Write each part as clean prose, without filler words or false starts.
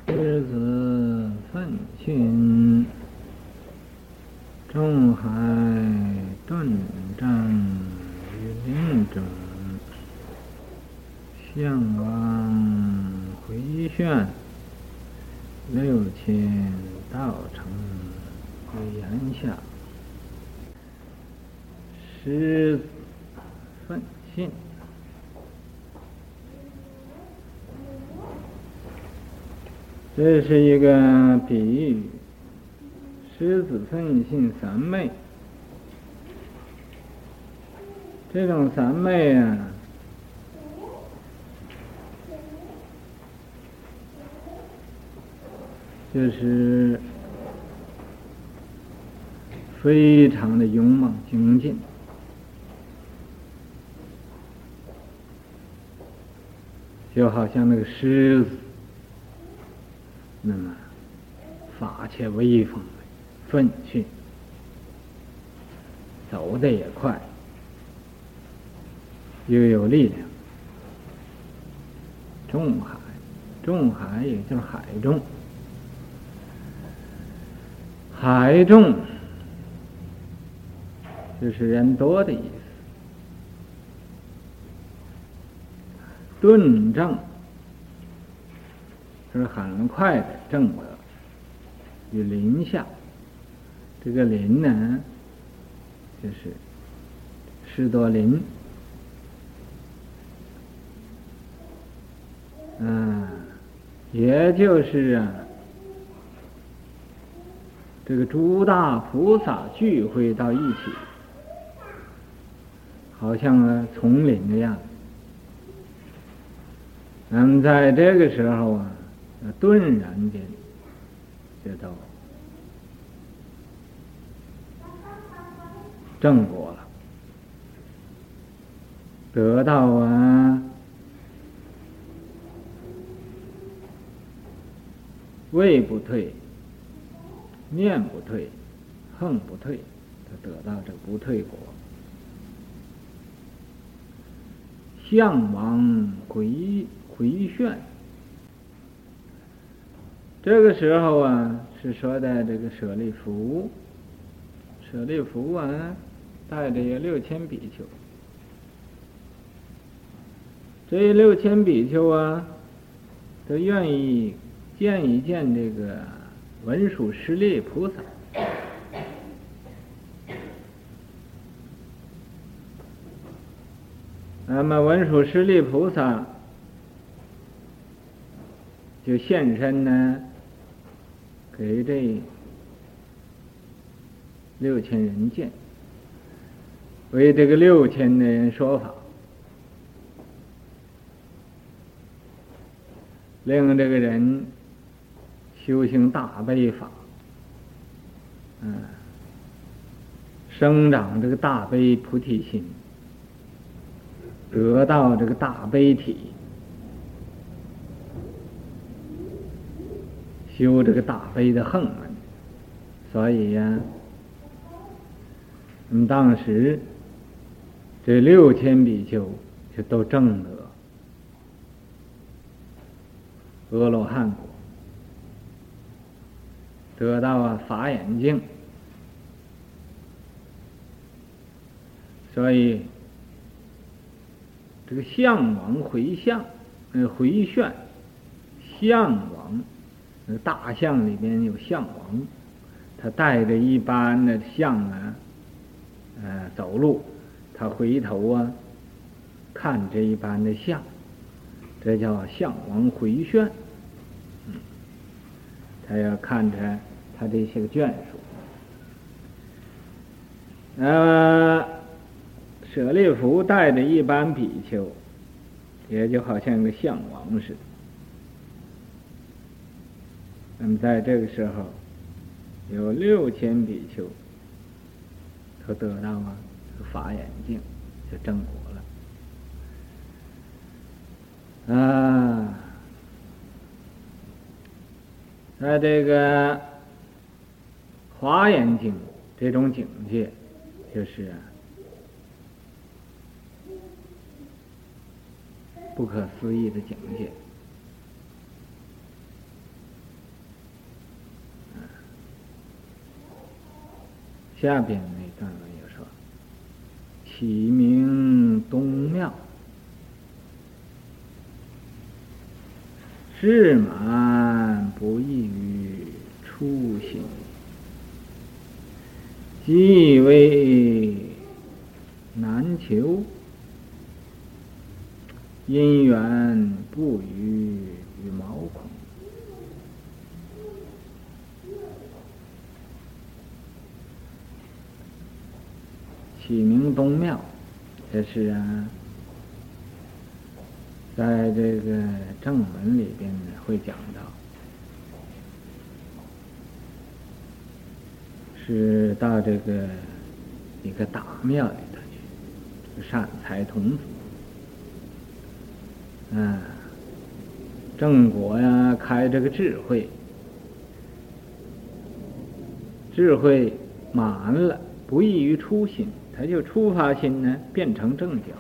狮子奋训，众海顿战于林中，项王回旋6000道成于岩下。狮子奋训，这是一个比喻。狮子奋训三昧，这种三昧啊，就是非常的勇猛精进，就好像那个狮子那么法且威风，奋训，走得也快，又有力量。众海也就是海众，海众就是人多的意思。顿正是很快的正得于林下。这个林呢，就是士多林，也就是这个诸大菩萨聚会到一起，好像丛林那样。那么在这个时候顿然间就都正果了，得到位不退，念不退，横不退，就得到这不退果。项王回旋，这个时候是说的这个舍利弗带着有6000比丘，这6000比丘都愿意见一见这个文殊师利菩萨。那么文殊师利菩萨就现身给这6000人见，为这个6000的人说法，令这个人修行大悲法，生长这个大悲菩提心，得到这个大悲体，修这个大悲的横门。所以当时这6000比丘就都证得阿罗汉果，得到法眼净。所以这个项王回旋，项王，那个大象里边有象王，他带着一般的象走路，他回头看这一般的象，这叫象王回旋。他要看着他这些个眷属。舍利弗带着一般比丘，也就好像个象王似的。那么在这个时候，有6000比丘都得到法眼净，就正果了。在这个华严经这种境界，就是不可思议的境界。 下边那段文又说：启明东庙，志满不异于初心，既为难求，因缘不与毛孔。启明东庙，这是在这个正文里边会讲到，是到这个一个大庙里头去，善财童子，正果开这个智慧，智慧满了，不异于初心，他就初发心呢变成正觉，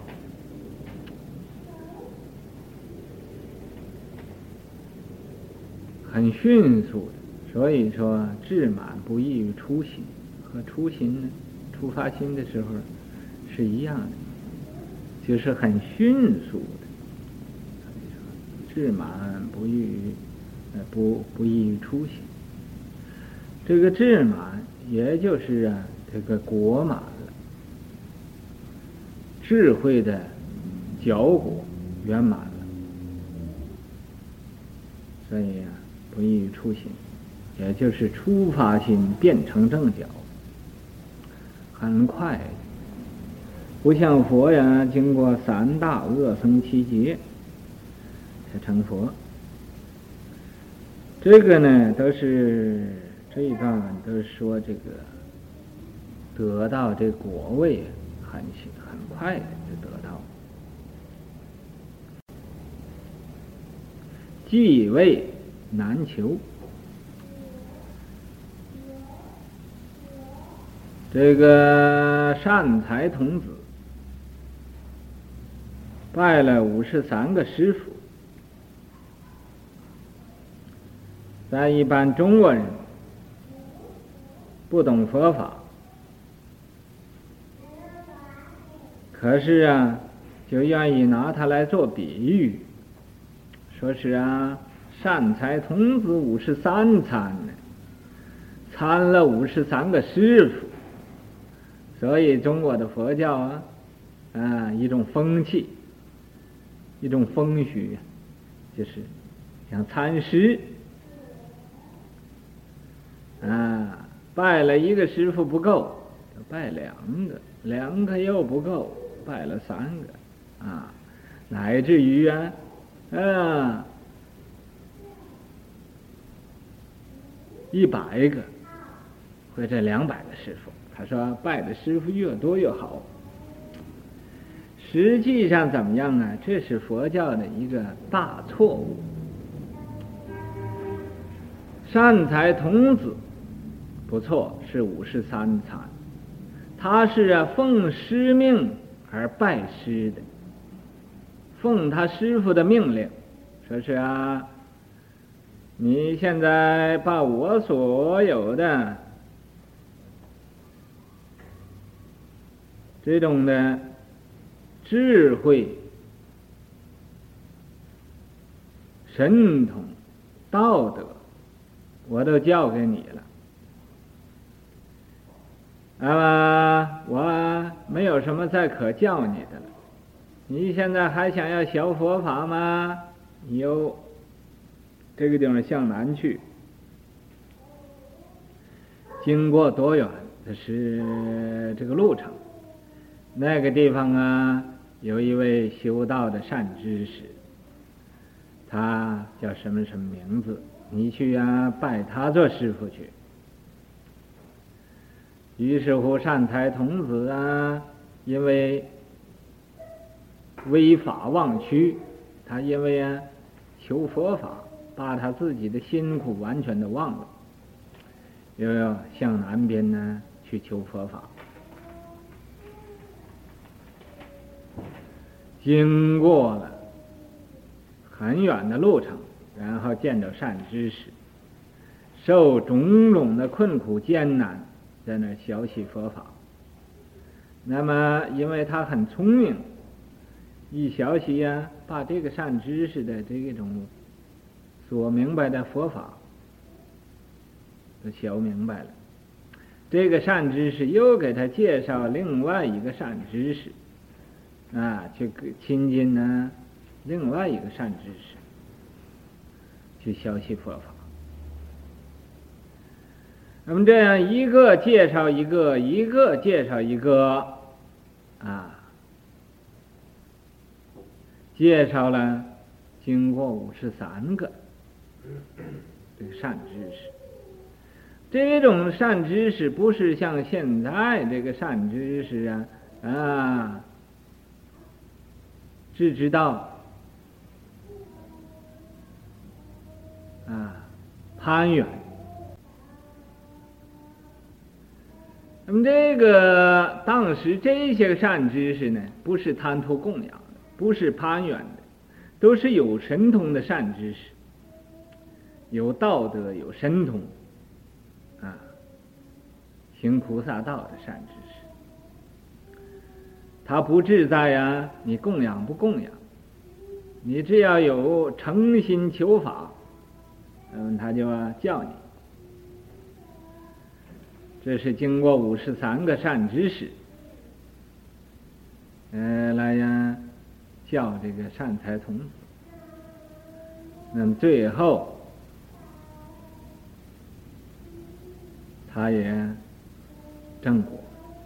很迅速的。所以说智满不异于初心，和初心呢初发心的时候是一样的，就是很迅速的。智满不异于不异于初心，这个智满也就是这个果满了，智慧的角果圆满了，所以不异于初心，也就是初发心变成正觉，很快，不像佛经过3大恶僧7劫才成佛。这个呢都是这一段都是说这个得到这果位很快的就得到，既位难求。这个善财童子拜了53个师傅，在一般中国人不懂佛法，可是就愿意拿它来做比喻，说是善财童子53参呢，参了53个师傅，所以中国的佛教一种风气，一种风许，就是像参师拜了1个师傅不够，就拜2个，2个又不够，拜了3个乃至于100个或者200个师傅。他说拜的师傅越多越好。实际上怎么样这是佛教的一个大错误。善财童子不错，是53参，他是奉师命而拜师的，奉他师傅的命令，说是你现在把我所有的这种的智慧、神通、道德，我都教给你了。我没有什么再可教你的了。你现在还想要学佛法吗？你由这个地方向南去，经过多远？这是这个路程。那个地方有一位修道的善知识，他叫什么名字？你去拜他做师傅去。于是乎善财童子因为违法忘躯，他因为求佛法，把他自己的辛苦完全的忘了，又要向南边去求佛法。经过了很远的路程，然后见到善知识，受种种的困苦艰难， 在那儿学习佛法。那么因为他很聪明，一学习呀，把这个善知识的这种所明白的佛法都学明白了，这个善知识又给他介绍另外一个善知识去亲近呢另外一个善知识，去学习佛法。那么这样一个介绍一个，一个介绍一个介绍了经过53个这个善知识。这种善知识不是像现在这个善知识只知道攀缘。那么这个当时这些善知识呢，不是贪图供养的，不是攀缘的，都是有神通的善知识，有道德有神通行菩萨道的善知识。他不志在你供养不供养，你只要有诚心求法，他就叫你。这是经过53个善知识来叫这个善财童子。那么最后他也正果。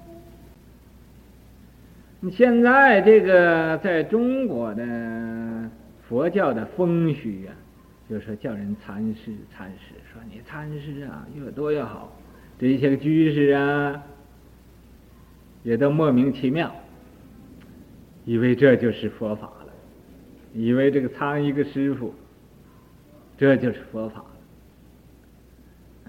现在这个在中国的佛教的风虚就是叫人参师，说你参师越多越好。这些居士也都莫名其妙，以为这就是佛法了，以为这个参一个师傅这就是佛法了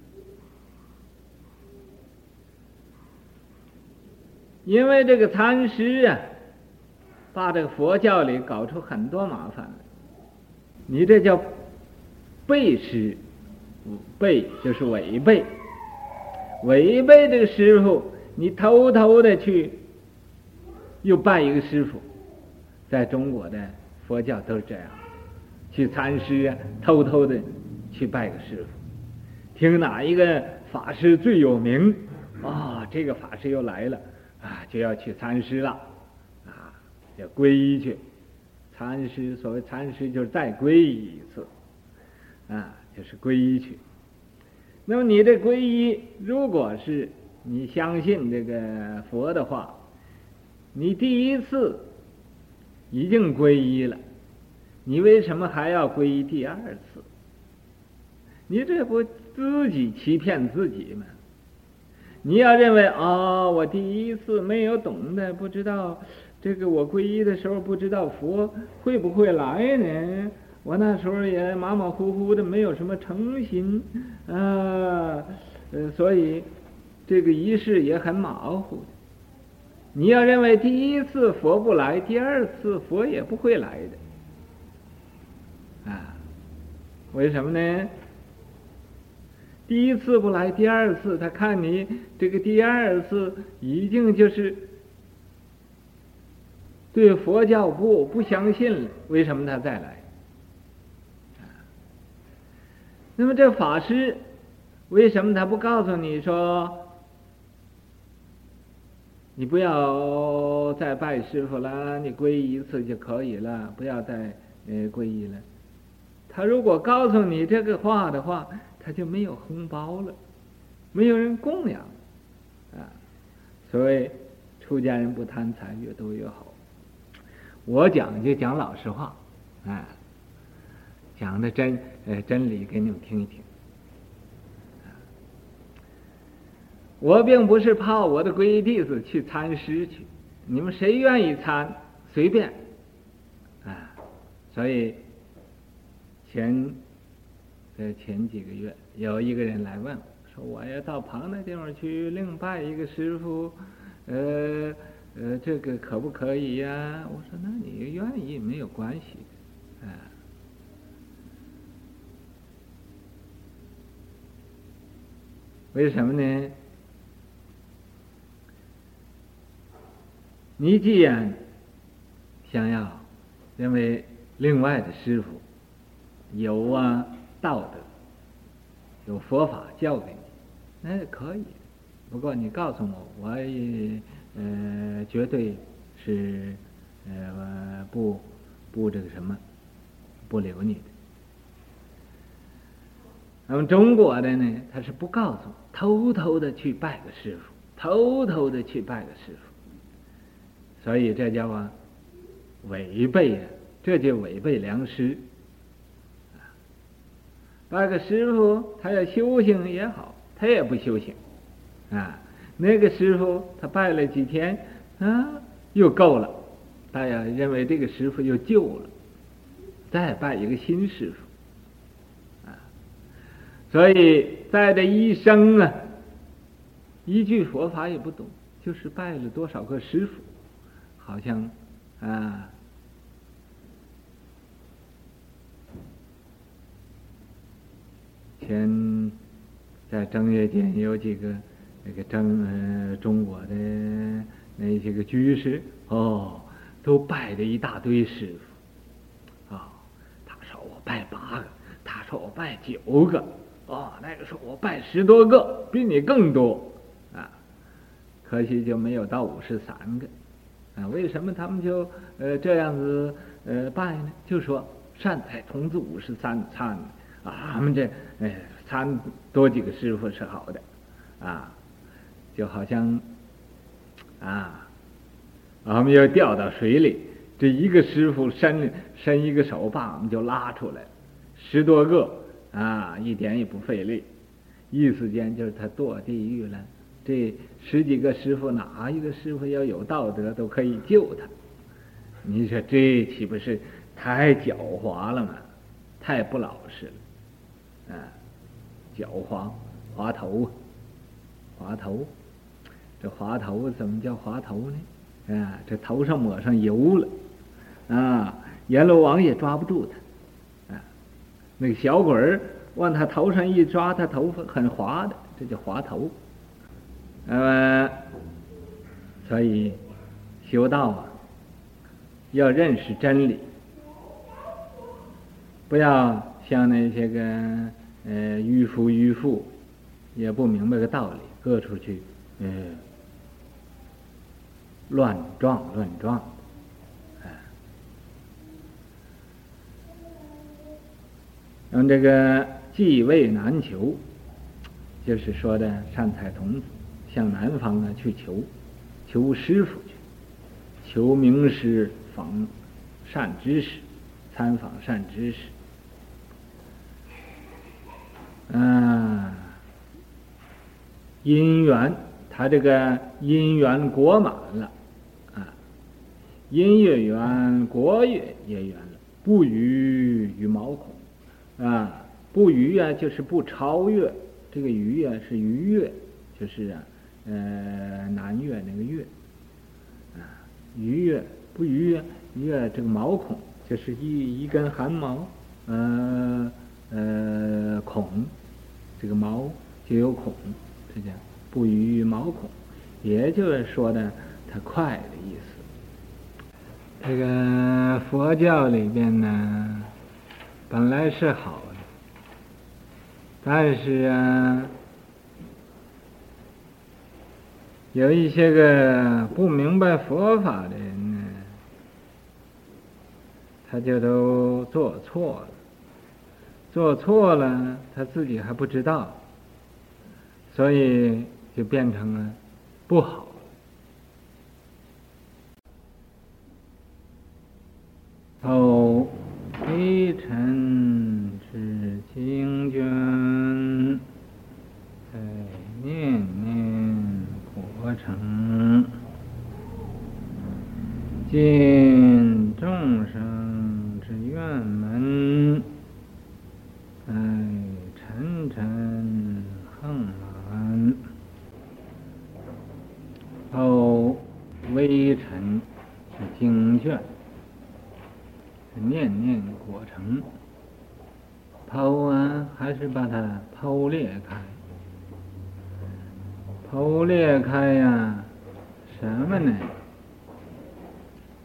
因为这个参师把这个佛教里搞出很多麻烦来。你这叫背师，背就是违背，违背这个师傅，你偷偷的去又拜一个师傅。在中国的佛教都是这样，去参师偷偷的去拜个师傅，听哪一个法师最有名这个法师又来了就要去参师了要皈依去。参师，所谓参师就是再皈依一次就是皈依去。那么你的皈依，如果是你相信这个佛的话，你第一次已经皈依了，你为什么还要皈依第二次？你这不自己欺骗自己吗？你要认为我第一次没有懂得，不知道这个我皈依的时候不知道佛会不会来呢，我那时候也马马虎虎的，没有什么诚心所以这个仪式也很马虎的。你要认为第一次佛不来，第二次佛也不会来的为什么呢？第一次不来，第二次他看你这个第二次已经就是对佛教不相信了，为什么他再来？那么这法师为什么他不告诉你说你不要再拜师傅了，你皈依一次就可以了，不要再皈依了？他如果告诉你这个话的话，他就没有红包了，没有人供养所以出家人不贪财，越多越好。我讲就讲老实话讲的真理给你们听一听我并不是怕我的皈依弟子去参师去，你们谁愿意参随便所以前几个月有一个人来问我说，我要到旁的地方去另拜一个师傅这个可不可以呀？我说那你愿意没有关系为什么呢？ 你既然想要认为另外的师傅有道德，有佛法教给你，那可以。不过你告诉我，我也绝对是不这个什么，不留你的。那么中国的呢，他是不告诉，偷偷的去拜个师傅，偷偷的去拜个师傅，所以这叫违背这就违背良师。拜个师傅，他要修行也好，他也不修行那个师傅他拜了几天又够了，大家认为这个师傅又旧了，再拜一个新师傅所以在这一生一句佛法也不懂，就是拜了多少个师傅，好像前在正月间有几个那个中国的那些个居士都拜了一大堆师傅他说我拜8个，他说我拜9个那个说我拜10多个，比你更多可惜就没有到53个为什么他们就这样子拜呢？就说善财童子53参他们这参多几个师傅是好的就好像我们要掉到水里，这一个师傅伸一个手把我们就拉出来了，10多个一点也不费力，一时间就是他堕地狱了。这10几个师傅，哪一个师傅要有道德都可以救他，你说这岂不是太狡猾了吗？太不老实了狡猾滑头这滑头怎么叫滑头呢？这头上抹上油了阎罗王也抓不住他那个小鬼儿往他头上一抓，他头发很滑的，这叫滑头所以修道要认识真理，不要像那些个迂腐也不明白个道理，各处去乱撞用这个继位难求，就是说的善财童子向南方去求师傅去，求名师访善知识，参访善知识因缘他这个因缘果满了因也圆，果也圆了，不逾于毛孔不逾就是不超越，这个逾是逾越，就是南越那个越逾越不逾越这个毛孔就是一根汗毛孔，这个毛就有孔，这叫不逾毛孔，也就是说的它快的意思。这个佛教里边呢本来是好的，但是有一些个不明白佛法的人呢，他就都做错了他自己还不知道，所以就变成了不好。微尘之经卷，在念念过程，尽众生之愿门，沉沉横满，微尘之经卷。念念果成，剖还是把它剖裂开，剖裂开什么呢？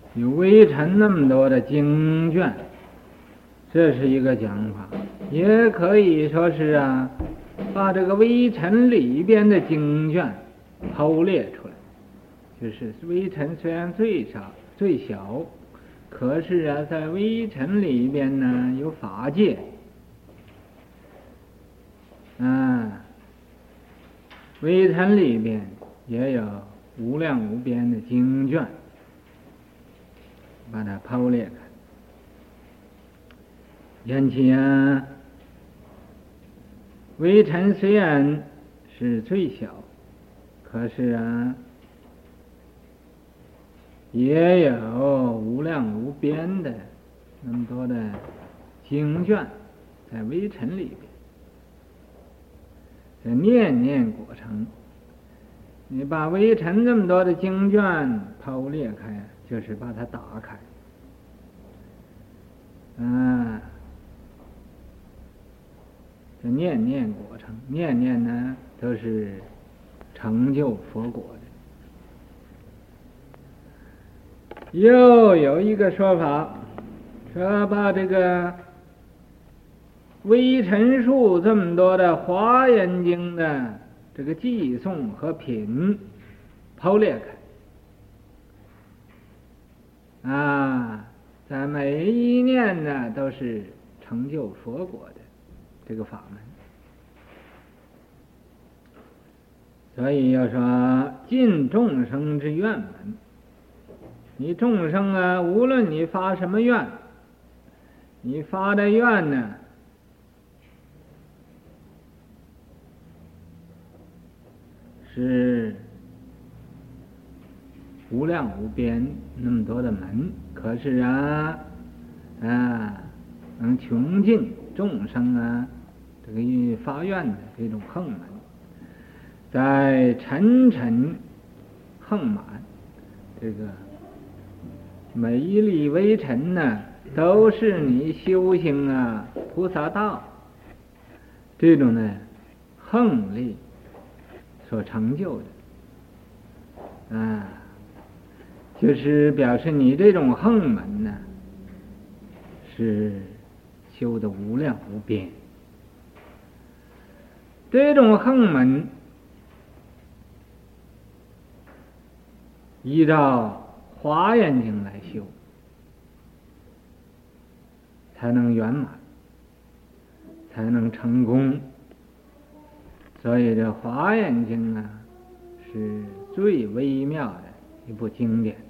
有微尘那么多的经卷，这是一个讲法。也可以说是把这个微尘里边的经卷剖裂出来，就是微尘虽然最小，可是在微尘里边呢有法界，微尘里边也有无量无边的经卷，把它剖裂开。因其微尘虽然是最小，可是也有无量无边的那么多的经卷在微尘里边，这念念果成。你把微尘这么多的经卷剖裂开，就是把它打开。这念念果成，念念呢都是成就佛果的。又有一个说法，说把这个微尘数这么多的华严经的这个偈颂和品剖裂开，在每一念呢都是成就佛果的这个法门。所以要说尽众生之愿门，你众生无论你发什么愿，你发的愿呢是无量无边那么多的门，可是能穷尽众生这个发愿的这种横门，在沉沉横满，这个每一粒微尘呢都是你修行菩萨道这种呢横力所成就的，就是表示你这种横门呢是修的无量无边。这种横门依照华严经来修才能圆满，才能成功。所以这华严经是最微妙的一部经典。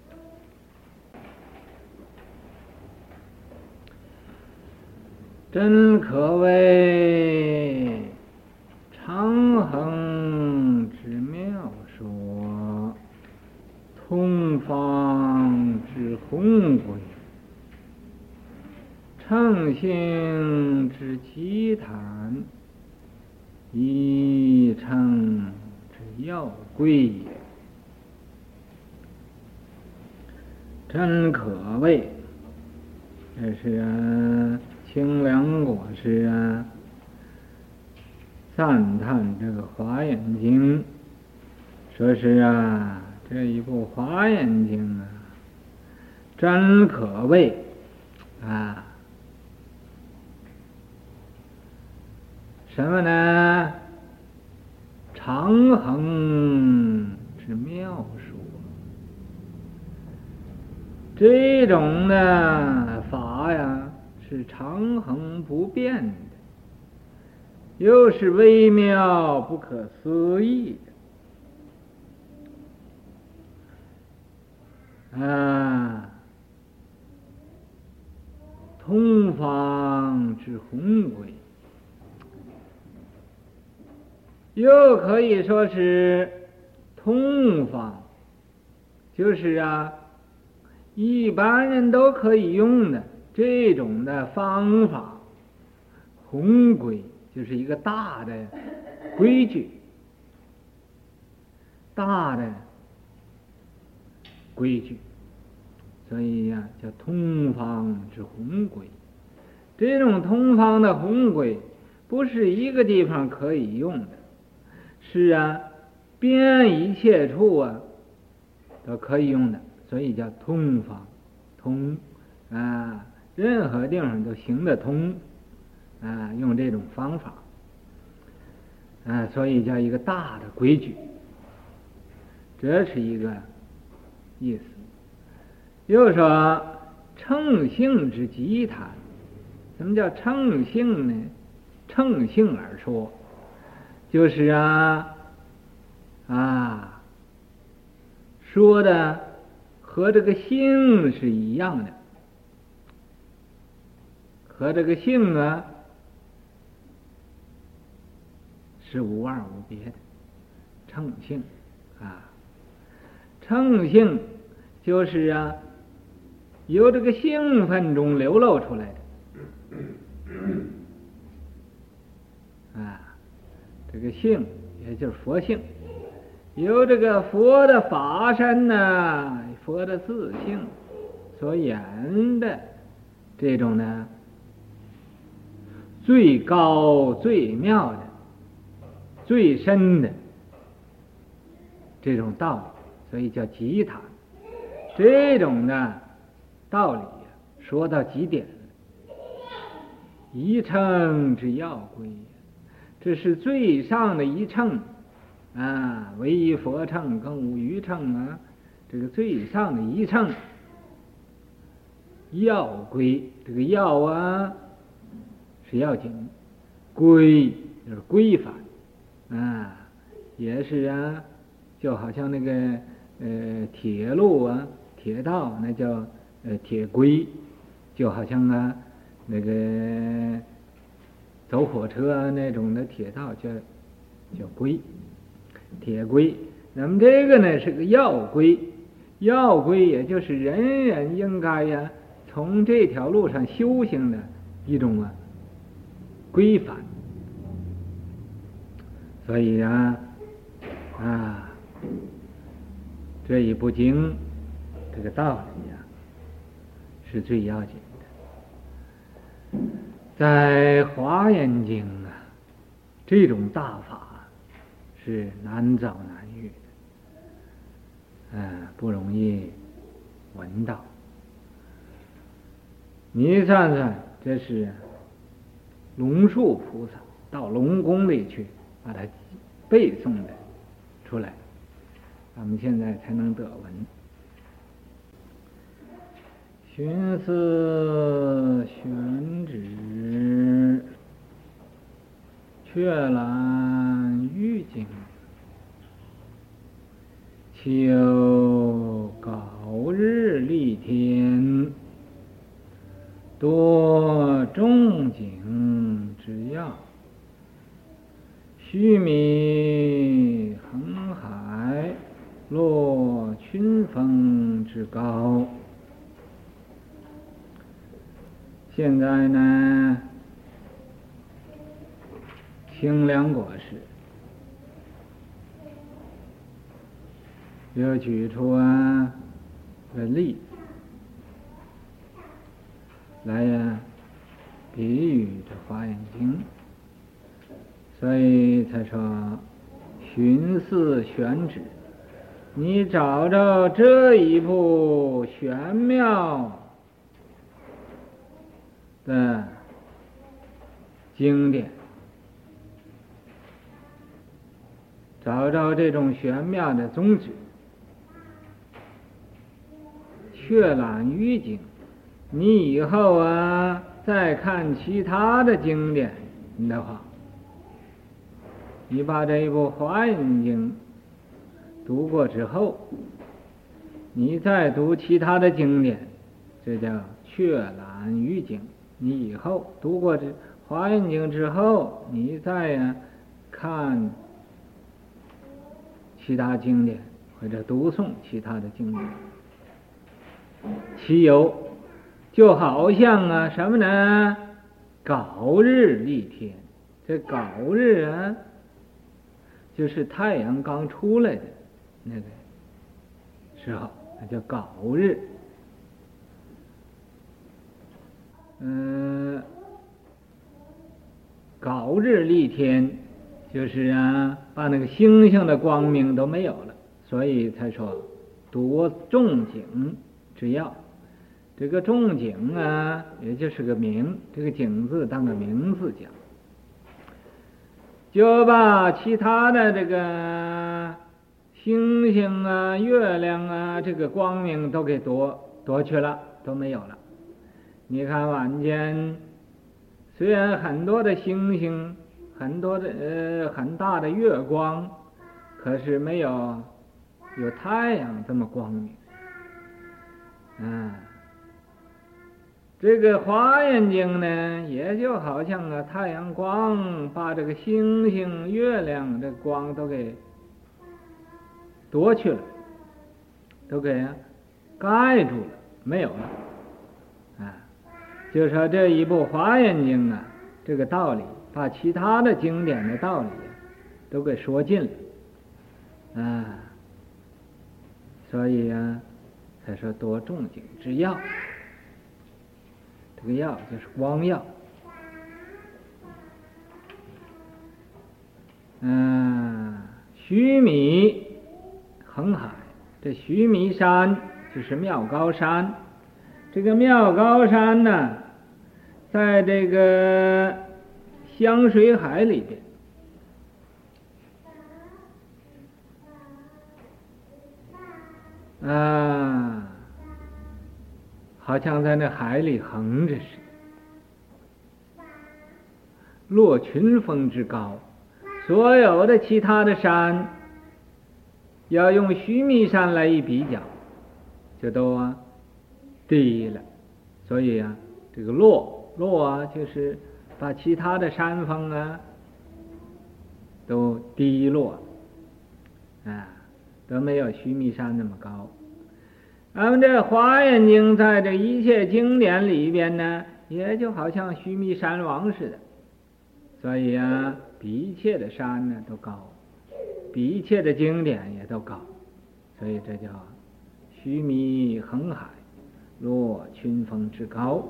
真可谓长横之妙说，通方之宏伟，乘性之奇谈，一乘之要贵也。真可谓，这是清凉果师赞叹这个华严经，说是这一部华严经真可谓什么呢？长横之妙说，这种的法是长恒不变的，又是微妙不可思议的通方之宏伟，又可以说是通方，就是一般人都可以用的这种的方法。宏规就是一个大的规矩，大的规矩，所以叫通方之宏规。这种通方的宏规不是一个地方可以用的，是遍一切处都可以用的。 所以叫通方，通啊，任何地方都行得通啊，用这种方法啊，所以叫一个大的规矩，这是一个意思。又说乘性之极谈，什么叫乘性呢？乘性而说，就是说的和这个性是一样的，和这个性是无二无别的。乘性乘性就是由这个兴奋中流露出来的这个性也就是佛性，由这个佛的法身佛的自性所言的这种最高最妙的最深的这种道理，所以叫极谈。这种道理说到极点，一乘之要归，这是最上的一乘唯一佛乘，更无余乘这个最上的一乘要归，这个要是要紧，规就是规范也是就好像那个铁路铁道那叫铁规，就好像那个走火车那种的铁道叫规，铁规。那么这个呢是个要规，要规也就是人人应该从这条路上修行的一种规范。所以这一部经这个道理是最要紧的。在华严经这种大法是难找难遇的不容易闻到。你算算，这是龙树菩萨到龙宫里去把它背诵的出来，咱们现在才能得闻。寻思玄旨，却览玉经，求高日丽天，多众景之要，须弥横海，落群峰之高。现在呢，清凉果实又举出个例子来比喻这华严经，所以才说寻思玄旨。你找着这一部玄妙的经典，找着这种玄妙的宗旨，却览于经，你以后再看其他的经典的话，你把这一部华严经读过之后，你再读其他的经典，这叫却览于经。你以后读过这华严经之后，你再看其他经典，或者读诵其他的经典，其有就好像什么呢？杲日丽天。这杲日就是太阳刚出来的那个时候，那叫杲日。杲日丽天，就是把那个星星的光明都没有了，所以才说夺仲景之要。这个仲景啊，也就是个名，这个景字当个名字讲，就把其他的这个星星啊、月亮啊，这个光明都给夺去了，都没有了。你看晚间，虽然很多的星星，很多的很大的月光，可是没有太阳这么光明。这个华严经呢，也就好像太阳光把这个星星、月亮的光都给夺去了，都给盖住了，没有了。就说这一部华严经啊，这个道理把其他的经典的道理都给说尽了。所以才说夺仲景之要。这个要就是光耀。须弥横海，这须弥山就是妙高山。这个妙高山呢，在这个香水海里边。好像在那海里横着似的，落群峰之高。所有的其他的山，要用须弥山来一比较，就都低了。所以这个落就是把其他的山峰都低落，都没有须弥山那么高。咱们这华严经在这一切经典里边呢，也就好像须弥山王似的，所以比一切的山呢都高，比一切的经典也都高，所以这叫须弥横海，落群峰之高。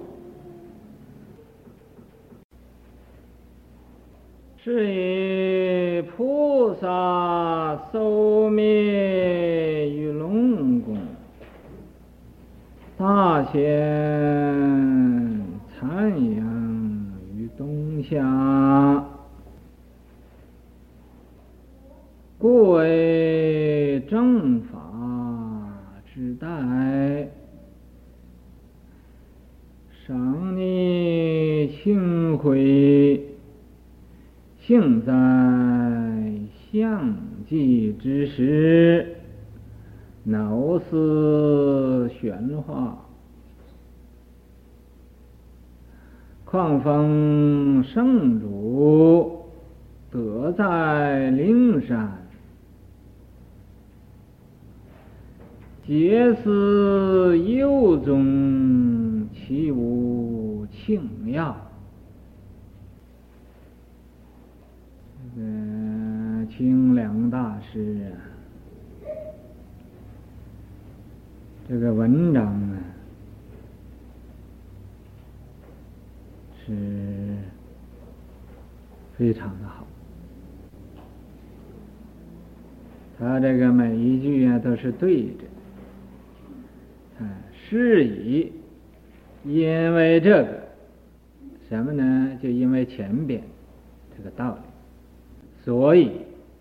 是以菩萨搜灭于龙宫，大显残阳于冬夏，故为正法之代。赏你庆会，幸在相继之时，脑思玄化，况逢圣主，得在灵山，皆思幽宗，其无庆耀。清凉大师这个文章是非常的好，他这个每一句都是对着。是以因为这个什么呢？就因为前边这个道理，所以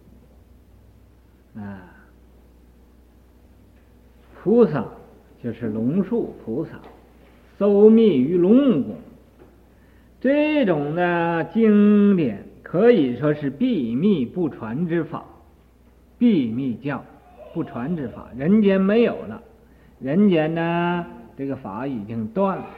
菩萨就是龙树菩萨，搜密于龙宫，这种的经典可以说是秘密不传之法，秘密教不传之法，人间没有了，人间呢这个法已经断了，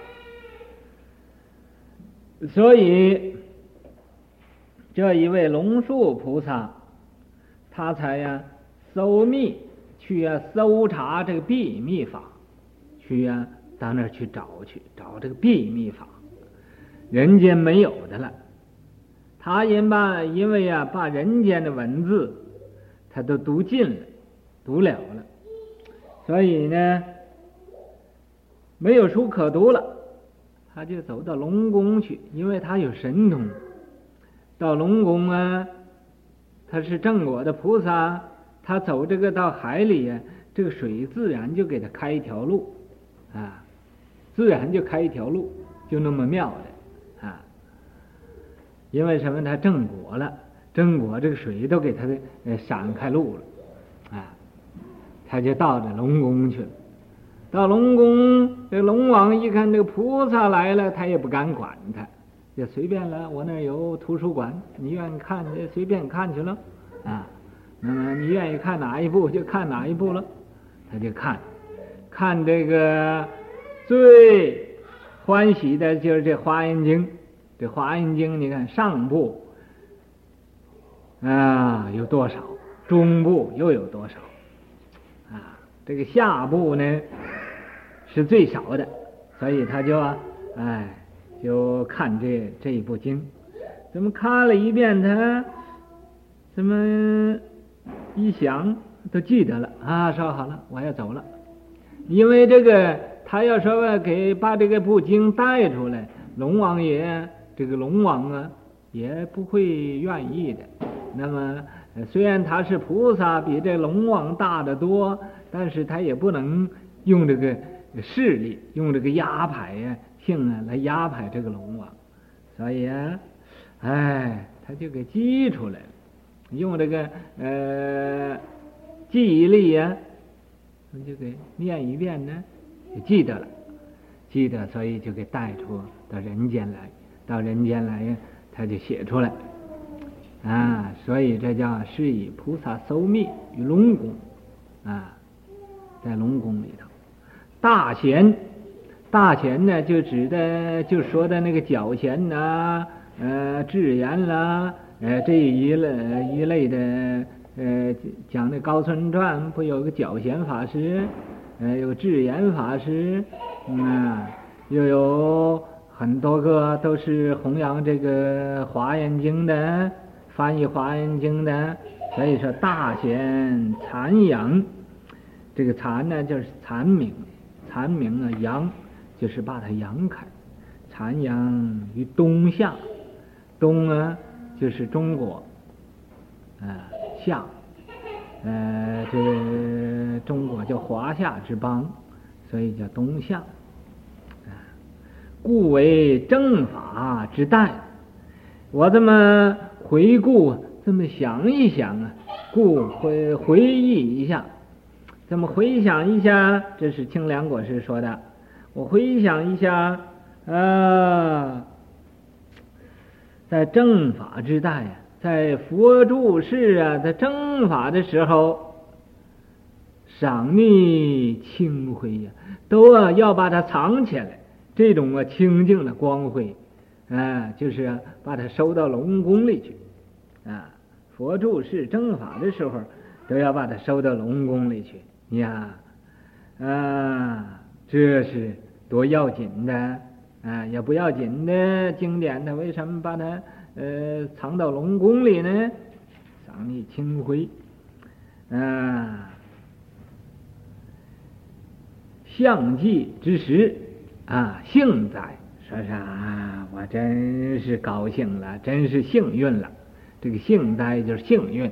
所以这一位龙树菩萨他才搜密去搜查这个秘密法，去到那儿去找这个秘密法，人间没有的了。他因为把人间的文字他都读尽了，读了了，所以呢没有书可读了，他就走到龙宫去，因为他有神通。到龙宫他是正果的菩萨，他走这个到海里这个水自然就给他开一条路啊，自然就开一条路，就那么妙的啊。因为什么？他正果了，正果这个水都给他闪开路了啊，他就到这龙宫去了。到龙宫，这龙王一看这个菩萨来了，他也不敢管他，就随便了。我那儿有图书馆，你愿意看就随便看去了啊。那么你愿意看哪一部就看哪一部了，他就看这个最欢喜的就是这《华严经》。这《华严经》你看上部啊有多少，中部又有多少啊？这个下部呢是最少的，所以他就就看这一部经，怎么看了一遍，他怎么一想都记得了啊，说好了我要走了。因为这个他要说把这个部经带出来，龙王爷这个龙王啊也不会愿意的。那么虽然他是菩萨，比这龙王大得多，但是他也不能用这个势力，用这个压牌性来压牌这个龙王，所以他就给记出来了，用这个记忆力就给念一遍呢，就记得了，所以就给带出到人间来，他就写出来啊，所以这叫是以菩萨搜密于龙宫啊，在龙宫里头。大贤呢，就指的就说的那个角贤呐，智言啦，这一类的，讲那高僧传不有个角贤法师，有智言法师，又有很多个都是弘扬这个华严经的，翻译华严经的，所以说大贤禅养，这个禅呢就是禅名扬就是把它扬开，禅扬于东夏，东就是中国，夏，这中国叫华夏之邦，所以叫东夏，故为正法之代。我这么回顾，这么想一想故回忆一下，这么回想一下，这是清凉果师说的。我回想一下在正法之代在佛住世在正法的时候，赏逆清辉都要把它藏起来，这种清净的光辉就是把它收到龙宫里去佛住世正法的时候都要把它收到龙宫里去这是多要紧的也不要紧的经典的，为什么把它藏到龙宫里呢？赏逆清辉相继之时幸在，说是我真是高兴了，真是幸运了。这个幸在就是幸运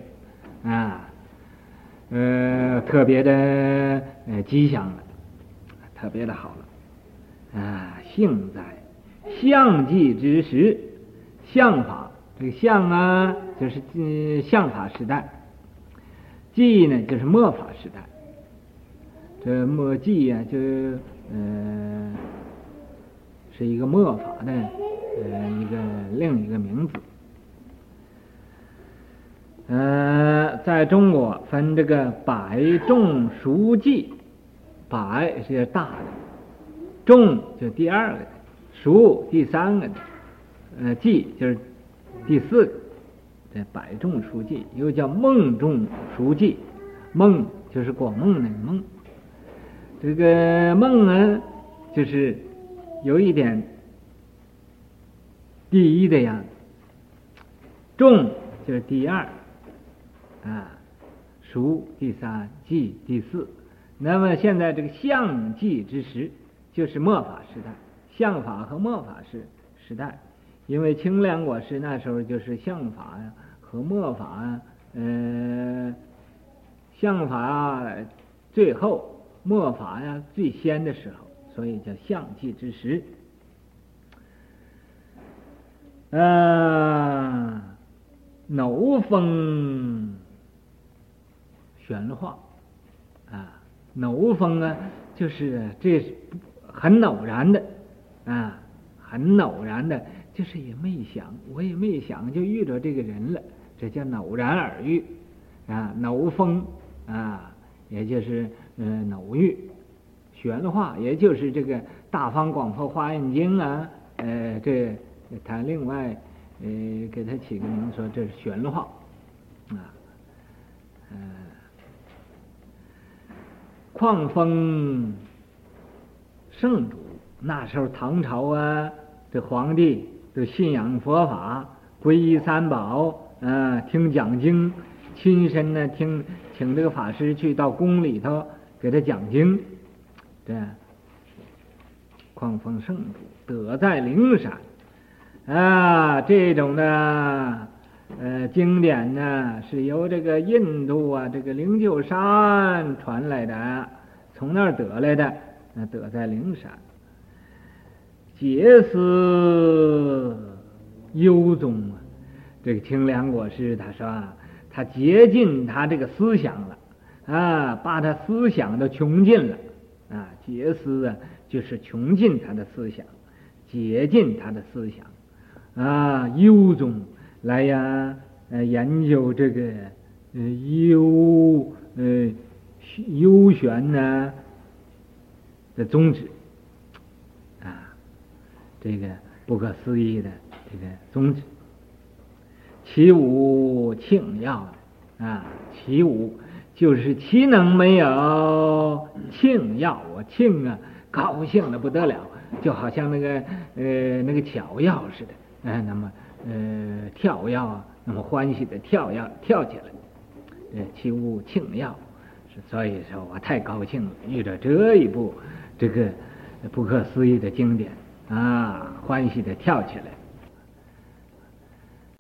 特别的吉祥了，特别的好了幸在相继之时，相法这个相就是相法时代，继呢就是末法时代。这末继就是是一个末法的另一个名字。在中国分这个百众熟记，百是大的，众就第二个的，熟第三个的，记就是第四个。这百众熟记又叫梦众熟记，梦就是果梦那个梦，这个梦就是有一点第一的样子，众就是第二熟第三，记第四。那么现在这个相继之时就是末法时代，相法和末法时代，因为清凉果师那时候就是相法和末法相法最后末法呀最先的时候，所以叫象气之时。偶风玄化啊，偶风啊，就是这是很偶然的啊，很偶然的，就是也没想，我也没想就遇到这个人了，这叫偶然而遇啊，偶风啊，也就是偶遇，玄化也就是这个《大方广佛华严经》啊，这他另外给他起个名说这是玄化啊，旷风圣主，那时候唐朝啊，这皇帝都信仰佛法，皈依三宝啊，听讲经，亲身呢请这个法师去到宫里头给他讲经，这旷风圣主得在灵山啊，这种的经典呢是由这个印度啊这个灵鹫山传来的，从那儿得来的，得在灵山。结思幽宗啊，这个清凉果师他说啊，他竭尽他这个思想了啊，把他思想都穷尽了啊，结思啊就是穷尽他的思想，竭尽他的思想啊，幽宗来呀研究这个幽玄呢的宗旨啊，这个不可思议的这个宗旨。其无庆要的啊，其无就是其能没有庆要啊，庆啊高兴的不得了，就好像那个巧药似的，那么跳跃啊，那么欢喜的跳起来，其无庆要，所以说我太高兴了，遇到这一部这个不可思议的经典啊，欢喜的跳起来。